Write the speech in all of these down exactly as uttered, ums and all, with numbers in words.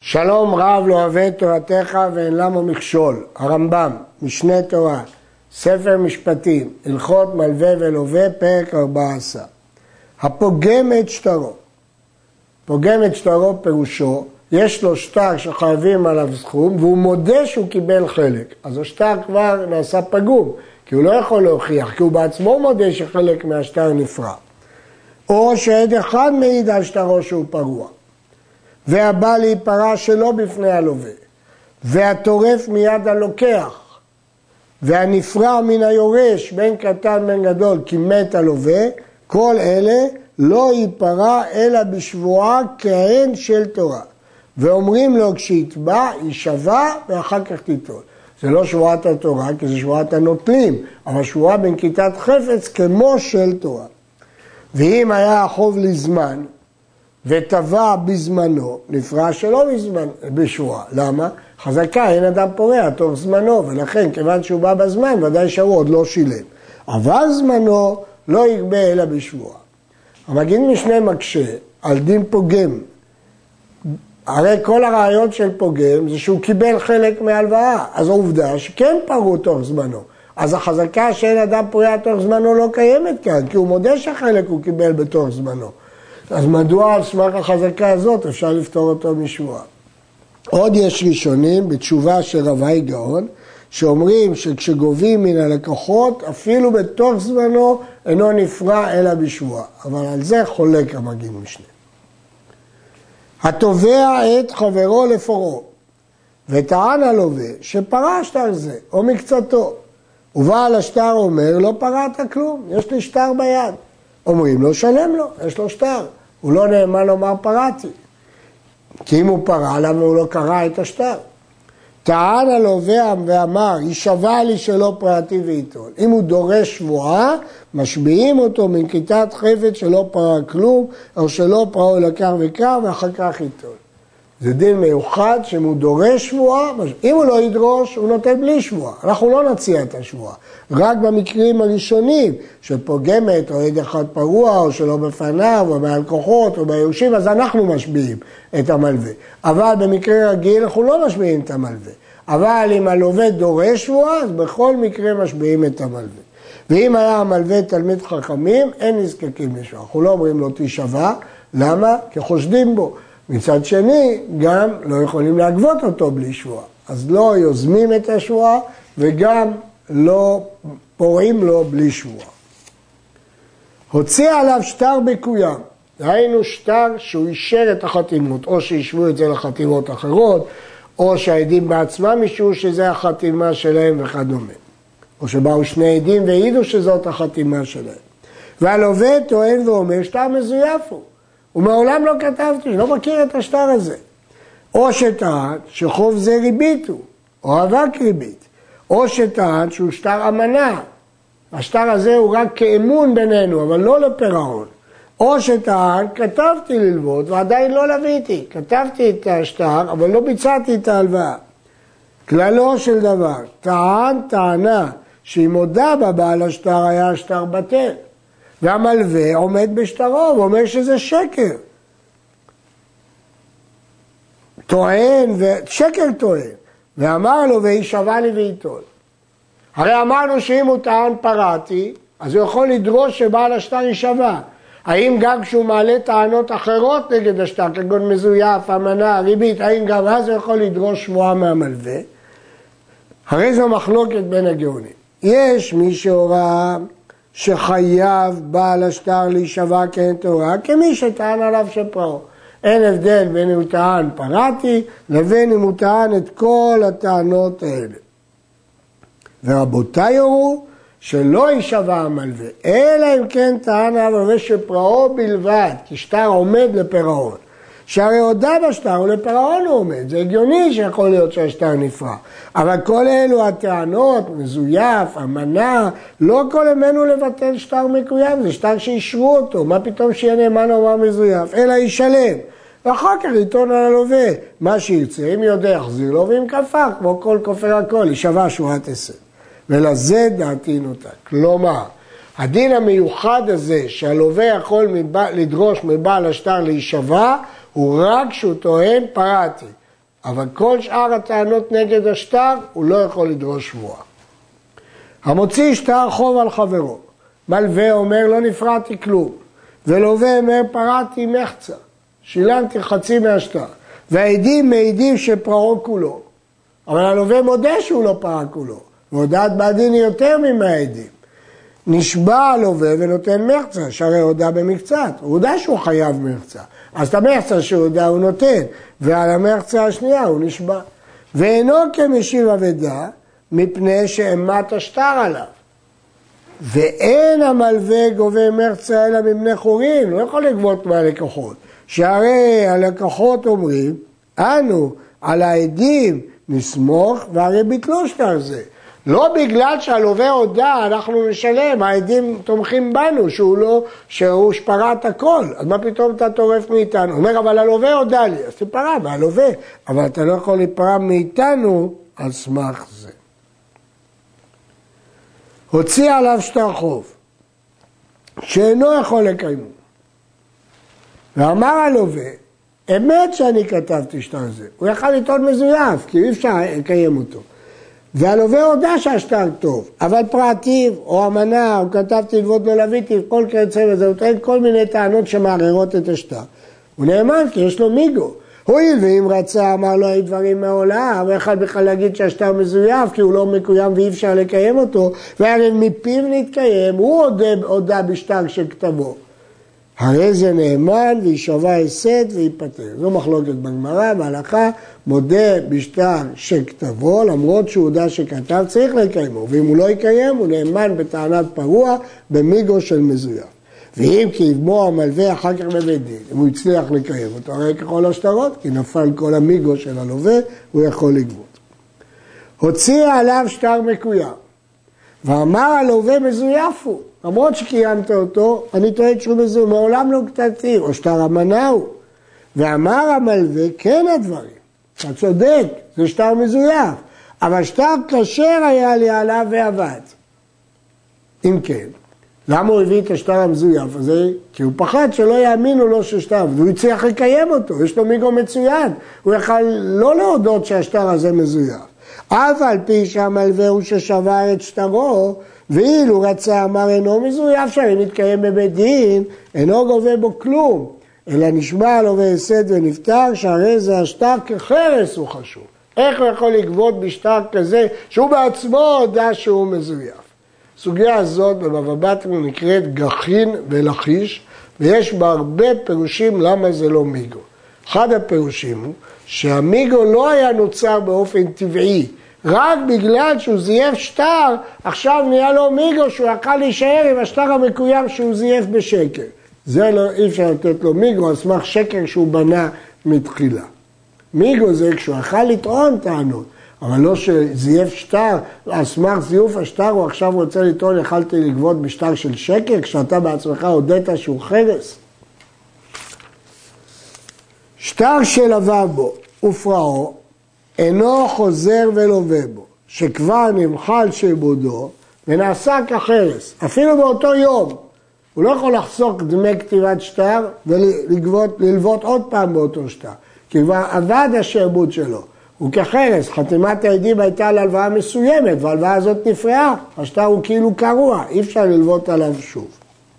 שלום רב לא אוהב את תורתך ואין למה מכשול. הרמב"ם, משנה תורה, ספר משפטים, הלכות מלווה ולווה, פרק ארבע עשרה. הפוגם את שטרו. פוגם את שטרו פירושו, יש לו שטר שחייבים עליו סכום והוא מודה שהוא קיבל חלק. אז השטר כבר נעשה פגום, כי הוא לא יכול להוכיח, כי הוא בעצמו מודה שחלק מהשטר נפרע. או שעד אחד מעיד על שטרו שהוא פרוע. והבא להיפרע שלא בפני הלווה, והטורף מיד הלוקח, והנפרע מן היורש בין קטן בין גדול כי מת הלווה, כל אלה לא ייפרע אלא בשבועה כהן של תורה. ואומרים לו כשיתבע יישבע ואחר כך תיטול. זה לא שבועת התורה כי זה שבועת הנוטלים, אבל שבועה בנקיטת חפץ כמו של תורה. ואם היה החוב לזמן, וטבע בזמנו, נפרע שלא בזמן, בשבועה. למה? חזקה, אין אדם פורע תוך זמנו, ולכן כיוון שהוא בא בזמן, ודאי שהוא עוד לא שילם. אבל זמנו לא יגבה אלא בשבועה. המגיד משנה מקשה על דין פוגם. הרי כל הרעיון של פוגם זה שהוא קיבל חלק מהלוואה, אז העובדה שכן פרעו תוך זמנו. אז החזקה שאין אדם פורע תוך זמנו לא קיימת כאן, כי הוא מודה שחלק הוא קיבל בתוך זמנו. אז מדוע על סמך החזקה הזאת אפשר לפתור אותו משבועה? עוד יש ראשונים בתשובה של רבי גאון, שאומרים שכשגובים מן הלקוחות, אפילו בתוך זמנו אינו נפרע אלא בשבועה. אבל על זה חולק המגיד משנה. התובע את חברו לפורו, וטען הלווה שפרע שטר זה, או מקצתו. ובעל השטר אומר, לא פרעת כלום, יש לי שטר ביד. אומרים לו, שלם לו, יש לו שטר. הוא לא נאמן לומר פרעתי. כי אם הוא פרע, למה הוא לא קרא את השטר? טען הלווה ואמר, יישבע לי שלא פרעתי ויטול. אם הוא דורש שבועה, משביעים אותו מנקיטת חפץ שלא פרע כלום, או שלא פרע הוא לקח וקרא, ואחר כך ייטול. זה דין מיוחד שאם הוא דורש שבועה, אם הוא לא ידרוש, הוא נותן בלי שבועה. אנחנו לא נציע את השבועה. רק במקרים הראשונים, שפוגמת או עד אחד פרוע, או שלא בפניו, או בהלקוחות, או בירושים, אז אנחנו משביעים את המלווה. אבל במקרה רגיל אנחנו לא משביעים את המלווה. אבל אם הלווה דורש שבועה, אז בכל מקרה משביעים את המלווה. ואם היה המלווה תלמיד חכמים, אין נזקקים לשבועה. אנחנו לא אומרים לו תישבע, למה? כי חושדים בו. מצד שני, גם לא יכולים להגבות אותו בלי שבועה. אז לא יוזמים את השבועה, וגם לא פורעים לו בלי שבועה. הוציא עליו שטר בקוים. ראינו שטר שהוא אישר את החתימות, או שישבו את זה לחתימות אחרות, או שהעדים בעצמם אישרו שזה החתימה שלהם וכדומה. או שבאו שני עדים והעידו שזאת החתימה שלהם. והלווה טוען ואומר, שטר מזויף הוא. ומעולם לא כתבתי, לא מכיר את השטר הזה. או שטען שחוב זה ריבית הוא, או אבק ריבית. או שטען שהוא שטר אמנה. השטר הזה הוא רק כאמון בינינו, אבל לא לפירעון. או שטען, כתבתי ללוות ועדיין לא לוויתי. כתבתי את השטר, אבל לא ביצעתי את ההלוואה. כללו של דבר, טען טענה שהיא מודה בבעל השטר היה השטר בטל. והמלווה עומד בשטרו ואומר שזה שקר. טוען, ו... שקר טוען. ואמר לו וישבע לי ויטול. הרי אמרנו שאם הוא טען פרעתי, אז הוא יכול לדרוש שבעל השטר יישבע. האם גם כשהוא מעלה טענות אחרות נגד השטר, כגון מזויף, אמנה, ריבית, האם גם אז הוא יכול לדרוש שבועה מהמלווה? הרי זו מחלוקת בין הגאונים. יש מי שהורה שחייב בעל השטר להישבע כהן תורה, כמי שטען עליו שפרעו. אין הבדל בין אם הוא טען פרעתי, לבין אם הוא טען את כל הטענות האלה. ורבותיי הורו שלא יישבע המלווה, אלא אם כן טען המלווה שפרעו בלבד, כי שטר עומד לפירעון. שהרי הודה בשטר ולפירעון הוא עומד, זה הגיוני שיכול להיות שהשטר נפרע. אבל כל אלו הטענות, מזויף, אמנה, לא כל אמנו לבטל שטר מקוים, זה שטר שישרו אותו, מה פתאום שיהיה נאמן לומר מזויף, אלא ישלם. ואחר כך יטעון על הלווה, מה שירצה, אם יודע יחזיר לו, ואם כפר, כמו כל כופר הכל, יישבע שורת עשר. ולזה דעתי נוטה. כלומר, הדין המיוחד הזה שהלווה יכול לדרוש מבעל השטר להישבע, הוא רק שהוא טוען פרעתי. אבל כל שאר הטענות נגד השטר, הוא לא יכול לדרוש שבועה. המוציא שטר חוב על חברו, מלווה אומר לא נפרעתי כלום, ולווה אומר פרעתי מחצה, שילמתי חצי מהשטר, והעדים מעידים שפרעו כולו, אבל הלווה מודה שהוא לא פרע כולו, והודעת בעדין היא יותר ממעדים. נשבע הלווה ונותן מחצה, שהרי הודע במקצת, הוא הודע שהוא חייב מחצה, אז את המחצה שהוא הודע הוא נותן, ועל המחצה השנייה הוא נשבע. ואינו כמשיב אבדה, מפני שאימת השטר עליו. ואין המלווה גובה מחצה אלא מבני חורין, לא יכול לגבות מהלקוחות. שהרי הלקוחות אומרים, אנו על העדים נסמוך, והרי ביטלו שטר זה. לא בגלל שהלווה הודע, אנחנו נשלם, העדים תומכים בנו, שהוא לא, שהוא שפרע את הכל. אז מה פתאום אתה טורף מאיתנו? הוא אומר, אבל הלווה הודע לי, אז תפרע מהלווה, אבל אתה לא יכול להיפרע מאיתנו על סמך זה. הוציא עליו שטר חוב, שאינו יכול לקיימו. ואמר הלווה, אמת שאני כתבתי שטר זה. הוא יכל לטעון מזויף, כי אי אפשר לקיים אותו. והלווה הודע שהשטר טוב, אבל פרעתיו או אמנה, או כתבתי ללוות לא לוויתי, כל כיוצא וזה, הוא טוען כל מיני טענות שמערערות את השטר. הוא נאמן כי יש לו מיגו. הואיל ואם רצה אמר לו היו דברים מעולם, הוא יכל בכלל להגיד שהשטר מזויף, כי הוא לא מקוים ואי אפשר לקיים אותו, והרי מפיו נתקיים, הוא הודע, הודע בשטר של כתבו. הרי זה נאמן וישבע הסד ויפטר. זו מחלוקת בגמרא, בהלכה, מודה בשטר שכתבו, למרות שהוא הודע שכתב, צריך לקיימו. ואם הוא לא יקיים, הוא נאמן בטענת פרוע, במיגו של מזויף. ואם כי יגמור המלווה אחר כך בבית דין, אם הוא הצליח לקיים אותו, הרי ככל השטרות, כי נפל כל המיגו של הלווה, הוא יכול לגבות. הוציא עליו שטר מקוים, ואמר הלווה מזויף הוא. למרות שקיימת אותו, אני טוען שהוא מזויף, מעולם לא כתבתי, או שטר אמנה הוא. ואמר המלווה, כן הדברים, אתה צודק, זה שטר מזויף, אבל שטר כשר היה לי עליו ועבד. אם כן, למה הוא הביא את השטר המזויף הזה? כי הוא פחד שלא יאמינו לו ששטר, והוא הצליח לקיים אותו, יש לו מיגו מצוין, הוא יכל לא להודות שהשטר הזה מזויף. אף על פי שהמלווה הוא ששבר את שטרו, ואילו רצה אמר אינו מזויף שהרי מתקיים בבית דין, אינו גובה בו כלום, אלא נשבע לו והסד ונפטר, שהרי זה השטר כחרס הוא חשוב. איך הוא יכול לגבות בשטר כזה שהוא בעצמו הודע שהוא מזויף? הסוגיה הזאת בבבא בתרא נקראת גחין ולחיש, ויש בה הרבה פירושים למה זה לא מיגו. אחד הפירושים הוא שהמיגו לא היה נוצר באופן טבעי, רק בגלל שהוא זייף שטר, עכשיו נהיה לו מיגו שהוא יכל להישאר עם השטר המקוים שהוא זייף בשקר. זה לא, אי אפשר לתת לו מיגו על סמך שקר שהוא בנה מתחילה. מיגו זה כשהוא יכל לטעון טענות, אבל לא שזייף שטר, על סמך זיוף השטר הוא עכשיו רוצה לטעון, יכלתי לגבות בשטר של שקר, כשאתה בעצמך הודית שהוא חרס. שטר שלווה בו ופרעו, אינו חוזר ולווה בו, שכבר נמחל שעבודו ונעשה כחרס, אפילו באותו יום. הוא לא יכול לחסוך דמי כתיבת שטר וללוות עוד פעם באותו שטר, כי כבר עבד השעבוד שלו. הוא כחרס, חתימת העדים הייתה על הלוואה מסוימת, וההלוואה הזאת נפרעה, השטר הוא כאילו קרוע, אי אפשר ללוות עליו שוב.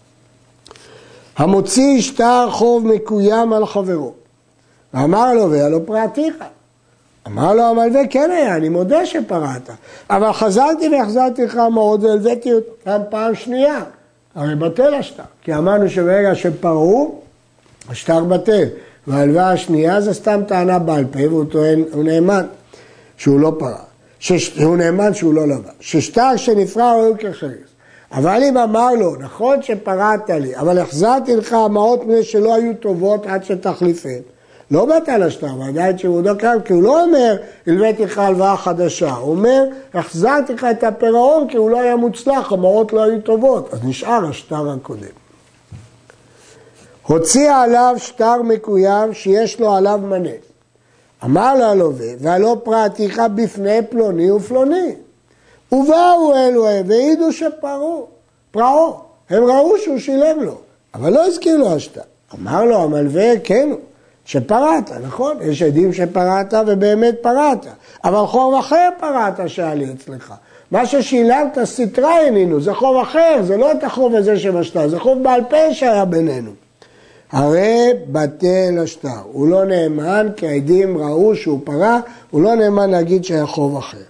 המוציא שטר חוב מקוים על חברו, ואמר לו, והלא פרעתיך. אמר לו המלווה, כן היה, אני מודה שפרעת, אבל חזרתי והחזרתי לך מאוד והלוויתי אותם פעם שנייה. הרי בטל השטר, כי אמרנו שברגע שפרעו, השטר בטל. וההלוואה השנייה זה סתם טענה בעל פה, והוא טוען, הוא נאמן שהוא לא פרע, שש, הוא נאמן שהוא לא לווה. ששטר שנפרע הוא כחרס. אבל אם אמר לו, נכון שפרעת לי, אבל החזרתי לך המעות מפני שלא היו טובות עד שתחליפן, לא בטל השטר, ועדיין שבודו קרב, כי הוא לא אומר, הלוויתי לך הלוואה חדשה, הוא אומר, החזרתי לך את הפירעון, כי הוא לא היה מוצלח, המעות לא היו טובות, אז נשאר השטר הקודם. הוציא עליו שטר מקוים שיש לו עליו מנה. אמר לו הלווה, והלא פרעתיך בפני פלוני ופלוני. ובאו אלו והעידו שפרעו, פרעו, הם ראו שהוא שילם לו, אבל לא הזכיר לו השטר. אמר לו המלווה, כן הוא, שפרעת, נכון? יש עדים שפרעת ובאמת פרעת, אבל חוב אחר פרעת שהיה לי אצלך. מה ששילמת סתרה עינינו, זה חוב אחר, זה לא את החוב הזה שבשטר, זה חוב בעל פה שהיה בינינו. הרי בטל השטר, הוא לא נאמן כי העדים ראו שהוא פרע, הוא לא נאמן להגיד שהיה חוב אחר.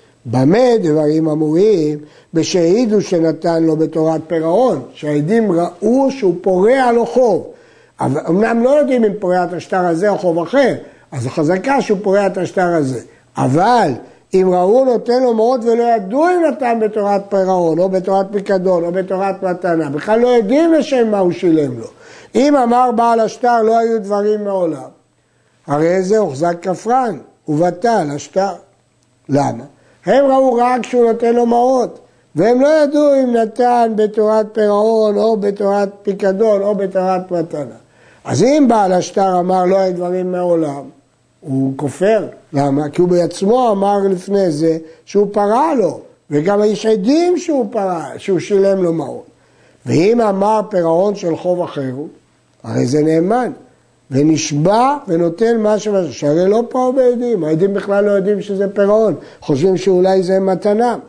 במה דברים אמורים? בשהעידו שנתן לו בתורת פירעון, שהעדים ראו שהוא פורע לו חוב. אבל אמנם לא יודעים אם פורע את השטר הזה או חוב אחר, אז החזקה שהוא פורע את השטר הזה. אבל אם ראו נותן לו מעות ולא ידעו אם נתן בתורת פירעון, או בתורת פיקדון, או בתורת מתנה, בכלל לא יודעים לשם מה הוא שילם לו. אם אמר בעל השטר לא היו דברים מעולם, הרי זה הוחזק כפרן, ובטל השטר. למה? הם ראו רק שהוא נותן לו מעות, והם לא ידעו אם נתן בתורת פירעון, או בתורת פיקדון, או בתורת מתנה. אז אם בעל השטר אמר לא היו דברים מעולם, הוא כופר. למה? כי הוא בעצמו אמר לפני זה שהוא פרע לו, וגם יש עדים שהוא פרע, שהוא שילם לו מעות. ואם אמר פירעון של חוב אחר, הרי זה נאמן, ונשבע ונותן משהו, שהרי לא פרעו בעדים, העדים בכלל לא יודעים שזה פירעון, חושבים שאולי זה מתנה.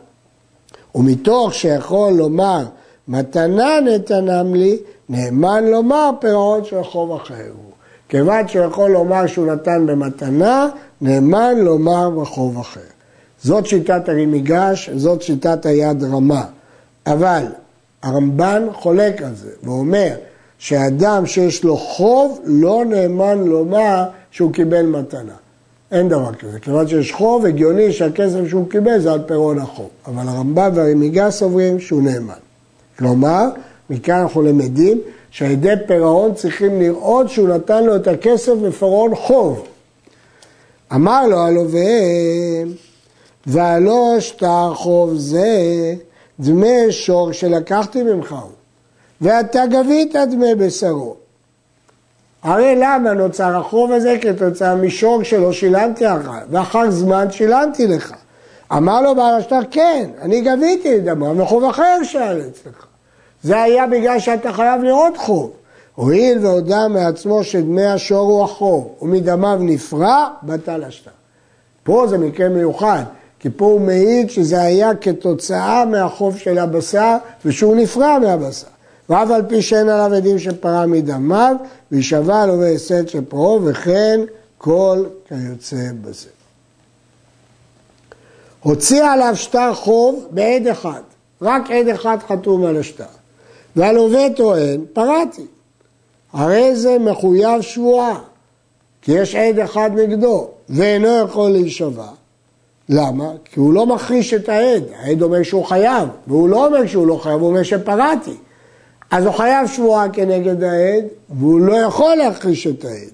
ומתוך שיכול לומר, מתנה נתנם לי, נאמן לומר פירעון של חוב אחר. כיוון שהוא יכול לומר שהוא נתן במתנה, נאמן לומר בחוב אחר. זאת שיטת הרימיגש, זאת שיטת היד רמה. אבל הרמב"ן חולק על זה, ואומר שאדם שיש לו חוב לא נאמן לומר שהוא קיבל מתנה. אין דבר כזה. כיוון שיש חוב, הגיוני שהכסף שהוא קיבל זה על פירעון החוב. אבל הרמב"ן והרימיגש סוברים שהוא נאמן. כלומר, מכאן אנחנו למדים שהעדי פירעון צריכים לראות שהוא נתן לו את הכסף לפירעון חוב. אמר לו הלווה, והלא שטר חוב זה דמי שור שלקחתי ממך, ואתה גבית דמי בשרו. הרי למה נוצר החוב הזה? כתוצאה משור שלא שילמתי לך, ואחר זמן שילמתי לך. אמר לו בעל השטר, כן, אני גביתי את דמו, וחוב אחר שאל אצלך. זה היה בגלל שאתה חייב לראות חוב. הואיל והודע מעצמו שדמי השור הוא החוב, ומדמיו נפרע, בטל השטר. פה זה מקרה מיוחד, כי פה הוא מעיד שזה היה כתוצאה מהחוב של הבשר, ושהוא נפרע מהבשר. ואף על פי שאין עליו עדים שפרע מדמיו, וישבע לו והסד שפרעו, וכן כל כיוצא בזה. הוציא עליו שטר חוב בעד אחד, רק עד אחד חתום על השטר. והלווה טוען, פרעתי. הרי זה מחויב שבועה, כי יש עד אחד נגדו, ואינו יכול להישבע. למה? כי הוא לא מכחיש את העד. העד אומר שהוא חייב, והוא לא אומר שהוא לא חייב, הוא אומר שפרעתי. אז הוא חייב שבועה כנגד העד, והוא לא יכול להכחיש את העד.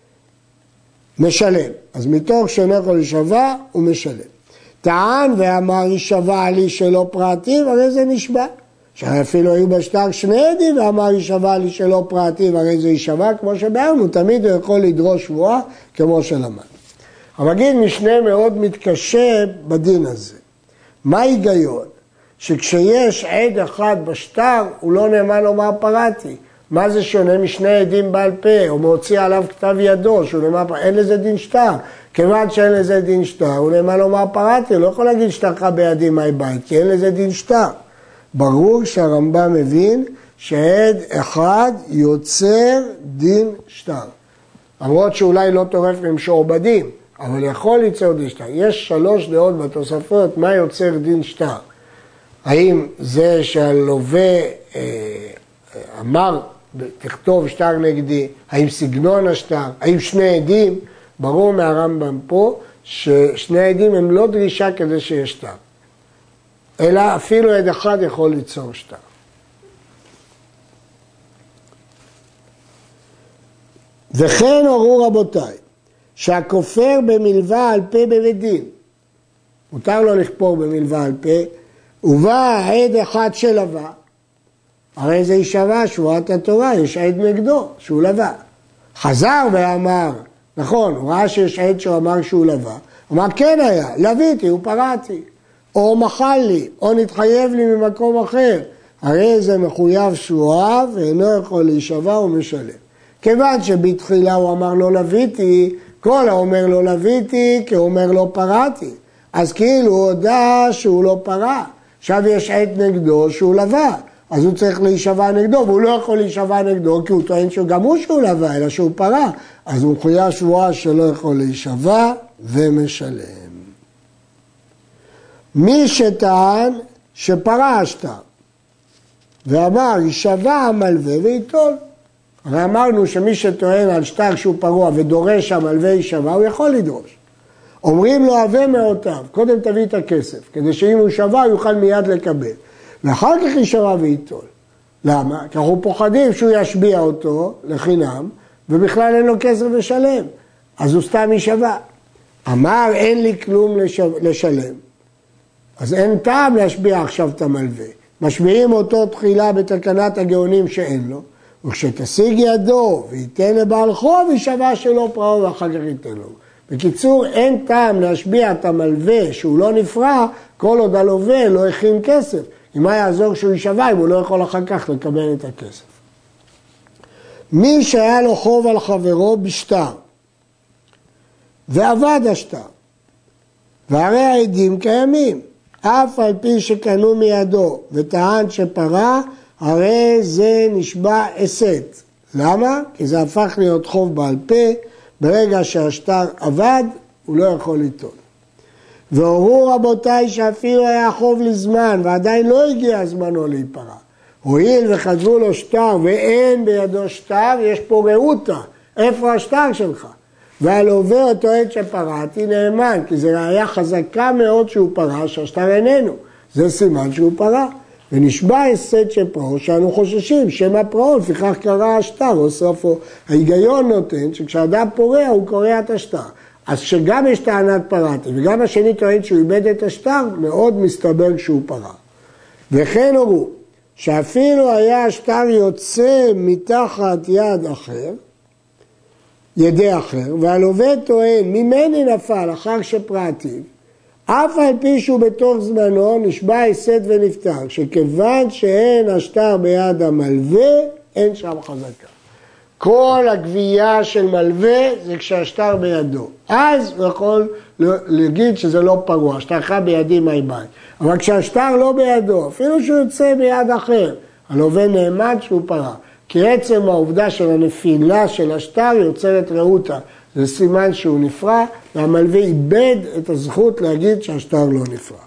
משלם. אז מתוך שאינו יכול להישבע, הוא משלם. טען ואמר יישבע לי שלא פרעתי, הרי זה נשבע. שאפילו היו בשטר שני עדים ואמר יישבע לי שלא פרעתי, הרי זה יישבע, כמו שבארנו, תמיד הוא יכול לדרוש שבועה כמו שלמד. המגיד משנה מאוד מתקשה בדין הזה. מה ההיגיון? שכשיש עד אחד בשטר, הוא לא נאמן לומר פרעתי. מה זה שונה משני עדים בעל פה, או מוציא עליו כתב ידו, שהוא נאמר פרעתי, אין לזה דין שטר. כיוון שאין לזה דין שטר, הוא נאמן לומר פרעתי, הוא לא יכול להגיד שטרך בידים מהי בית, כי אין לזה דין שטר. ברור שהרמב"ם מבין שעד אחד יוצר דין שטר. למרות שאולי לא טורף ממשועבדים, אבל יכול ליצור דין שטר. יש שלוש דעות בתוספות מה יוצר דין שטר. האם זה שהלווה אה, אמר, תכתוב שטר נגדי, האם סגנון השטר, האם שני עדים, ברור מהרמב"ם פה ששני עדים הם לא דרישה כדי שיש שטר. אלא אפילו עד אחד יכול ליצור שטר. וכן הורו רבותיי, שהכופר במלווה על פה בבית דין, מותר לו לכפור במלווה על פה, ובא עד אחד שלווה, הרי זה יישבע שבועת התורה, יש עד נגדו שהוא לווה. חזר ואמר, נכון, הוא ראה שיש עד שהוא אמר שהוא לווה, אמר כן היה, לוויתי, הוא פרעתי. או מחל לי, או נתחייב לי ממקום אחר, הרי זה מחויב שבועה ואינו יכול להישבע ומשלם. כיוון שבתחילה הוא אמר לא לוויתי, כל האומר לא לוויתי, כי הוא אומר לא פרעתי. אז כאילו הוא הודע שהוא לא פרע. עכשיו יש עת נגדו שהוא לווה. אז הוא צריך להישבע נגדו, והוא לא יכול להישבע נגדו, כי הוא טוען שגם הוא שהוא לווה, אלא שהוא פרע. אז הוא מחויב שבועה שלא יכול להישבע ומשלם. מי שטען שפרע השטר, ואמר, יישבע המלווה ויטול. הרי אמרנו שמי שטוען על שטר שהוא פרוע ודורש המלווה יישבע, הוא יכול לדרוש. אומרים לו, הווה מאותיו, קודם תביא את הכסף, כדי שאם הוא שבע, הוא יוכל מיד לקבל. ואחר כך יישבע ויטול. למה? כי אנחנו פוחדים שהוא ישביע אותו לחינם, ובכלל אין לו כסף לשלם. אז הוא סתם יישבע. אמר, אין לי כלום לשלם. אז אין טעם להשביע עכשיו את המלווה. משביעים אותו תחילה בתקנת הגאונים שאין לו, וכשתשיג ידו וייתן לבעל חוב, יישבע שלא פרעו ואחר כך ייתן לו. בקיצור, אין טעם להשביע את המלווה שהוא לא נפרע, כל עוד הלווה לא הכין כסף. אם מה יעזור שהוא יישבע, אם הוא לא יכול אחר כך לקבל את הכסף. מי שהיה לו חוב על חברו בשטר, ועבד השטר, והרי העדים קיימים, אף על פי שקנו מידו וטען שפרע, הרי זה נשבע הסת. למה? כי זה הפך להיות חוב בעל פה, ברגע שהשטר עבד, הוא לא יכול ליטול. והורו רבותיי שאפילו היה חוב לזמן, ועדיין לא הגיע זמנו להיפרע. הואיל וחזרו לו שטר ואין בידו שטר, יש פה רעותה. איפה השטר שלך? והלווה טוען שפרעתי נאמן, כי זו ראיה חזקה מאוד שהוא פרע, שהשטר איננו. זה סימן שהוא פרע. ונשבע הסת שפרעו, שאנו חוששים, שמא פרעו, לפיכך קרע השטר או סופו. ההיגיון נותן שכשאדם פורע, הוא קורע את השטר. אז שגם יש טענת פרעתי, וגם השני טוען שהוא איבד את השטר, מאוד מסתבר שהוא פרע. וכן הורו, שאפילו היה השטר יוצא מתחת יד אחר, ידי אחר, והלווה טוען, ממני נפל אחר שפרעתי, אף על פי שהוא בתוך זמנו נשבע הסת ונפטר, שכיוון שאין השטר ביד המלווה, אין שם חזקה. כל הגבייה של מלווה זה כשהשטר בידו. אז הוא יכול להגיד שזה לא פרוע, השטרך בידי מי בית. אבל כשהשטר לא בידו, אפילו שהוא יוצא ביד אחר, הלווה נאמן שהוא פרע. כי עצם העובדה של הנפילה של השטר יוצרת רעותה. זה סימן שהוא נפרע, והמלווה איבד את הזכות להגיד שהשטר לא נפרע.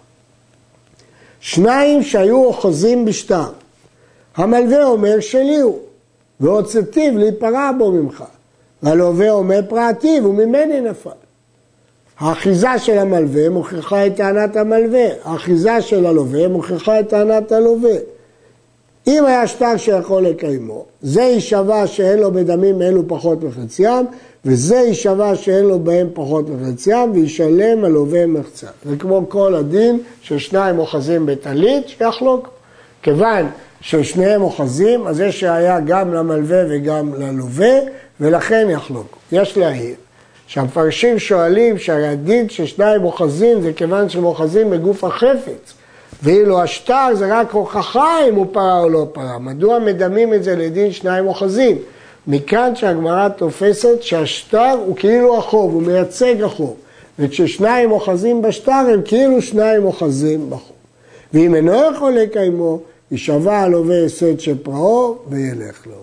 שניים שהיו אוחזים בשטר. המלווה אומר שלי הוא, והוצאתיו להיפרע בו ממך. והלווה אומר פרעתיו, וממני נפל. האחיזה של המלווה מוכיחה את טענת המלווה, האחיזה של הלווה מוכיחה את טענת הלווה. אם היה שטר שיכול לקיימו, זה יישבע שאין לו בדמים אלו פחות מחציים, וזה יישבע שאין לו בהם פחות מחציים, וישלם הלווה מחצה. זה כמו כל הדין ששניים אוחזים בטלית, שיחלוק. כיוון ששניהם אוחזים, אז יש שהיה גם למלווה וגם ללווה, ולכן יחלוק. יש להעיר שהמפרשים שואלים שהדין ששניים אוחזים זה כיוון שהם אוחזים בגוף החפץ. ואילו השטר זה רק הוכחה אם הוא פרע או לא פרע. מדוע מדמים את זה לדין שניים אוחזים? מכאן שהגמרא תופסת שהשטר הוא כאילו החוב, הוא מייצג החוב. וכששניים אוחזים בשטר הם כאילו שניים אוחזים בחוב. ואם אינו יכול לקיימו, יישבע הלווה הסת שפרעו וילך לו.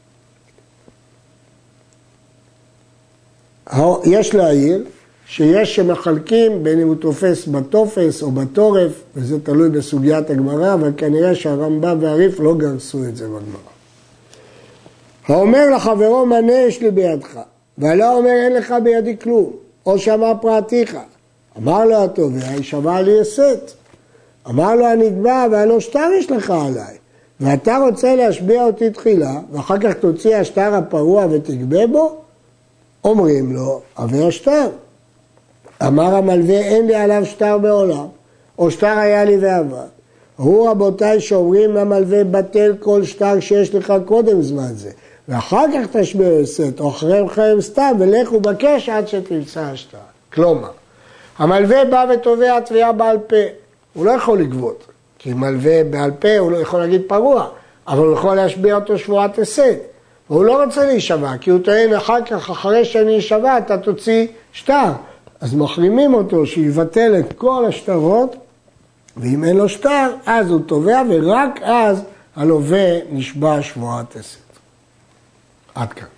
יש להעיר שיש שמחלקים בין אם הוא תופס בתופס או בתורף, וזה תלוי בסוגיית הגמרא, אבל כנראה שהרמב"ם והריף לא גרסו את זה בגמרא. האומר לחברו מנה יש לי בידך, והלא אומר אין לך בידי כלום, או שאמר פרעתיך. אמר לו התובע, יישבע לי הסת. אמר לו הנתבע, והלא שטר יש לך עליי, ואתה רוצה להשביע אותי תחילה, ואחר כך תוציא השטר הפרוע ותגבה בו? אומרים לו, אבל השטר. אמר המלווה, אין לי עליו שטר בעולם, או שטר היה לי ועבד. הוא רבותיי שאומרים למלווה, בטל כל שטר שיש לך קודם זמן זה, ואחר כך תשביע הסת, או אחריהם חיים סתם, ולך ובקש עד שתמצא השטר. כלומר, המלווה בא ותובע תביעה בעל פה, הוא לא יכול לגבות, כי מלווה בעל פה הוא לא יכול להגיד פרוע, אבל הוא יכול להשביע אותו שבועת הסת. והוא לא רוצה להישבע, כי הוא טוען אחר כך, אחרי שאני אשבע, אתה תוציא שטר. אז מחרימים אותו שיבטל את כל השטרות, ואם אין לו שטר, אז הוא תובע, ורק אז הלווה נשבע שבועת עשת. עד כאן.